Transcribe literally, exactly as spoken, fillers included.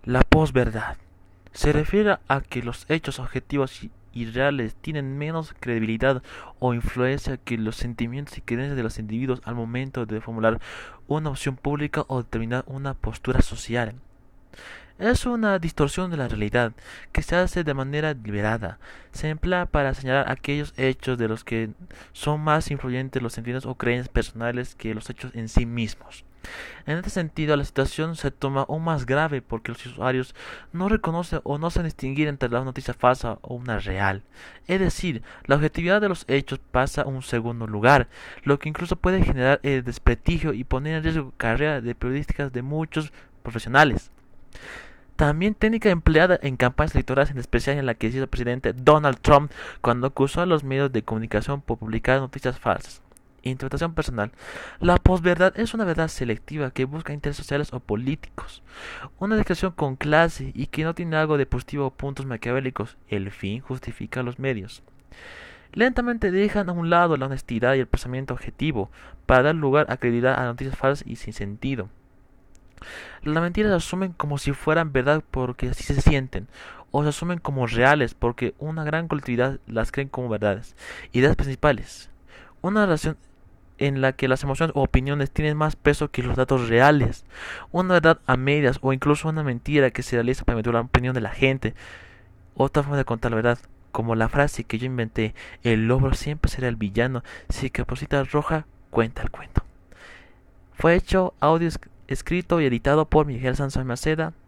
La posverdad se refiere a que los hechos objetivos y y reales tienen menos credibilidad o influencia que los sentimientos y creencias de los individuos al momento de formular una opción pública o determinar una postura social. Es una distorsión de la realidad que se hace de manera deliberada. Se emplea para señalar aquellos hechos de los que son más influyentes los sentimientos o creencias personales que los hechos en sí mismos. En este sentido, la situación se toma aún más grave porque los usuarios no reconocen o no saben distinguir entre la noticia falsa o una real. Es decir, la objetividad de los hechos pasa a un segundo lugar, lo que incluso puede generar el desprestigio y poner en riesgo la carrera de periodísticas de muchos profesionales. También técnica empleada en campañas electorales, en especial en la que hizo el presidente Donald Trump cuando acusó a los medios de comunicación por publicar noticias falsas. Interpretación personal. La posverdad es una verdad selectiva que busca intereses sociales o políticos. Una descripción con clase y que no tiene algo de positivo o puntos maquiavélicos. El fin justifica los medios. Lentamente dejan a un lado la honestidad y el pensamiento objetivo para dar lugar a credibilidad a noticias falsas y sin sentido. Las mentiras se asumen como si fueran verdad porque así se sienten, o se asumen como reales porque una gran colectividad las creen como verdades. Ideas principales. Una relación en la que las emociones o opiniones tienen más peso que los datos reales. Una verdad a medias o incluso una mentira que se realiza para mejorar la opinión de la gente. Otra forma de contar la verdad, como la frase que yo inventé: el lobo siempre será el villano, si Caperucita Roja cuenta el cuento. Fue hecho audio escrito y editado por Miguel Sansón Maceda.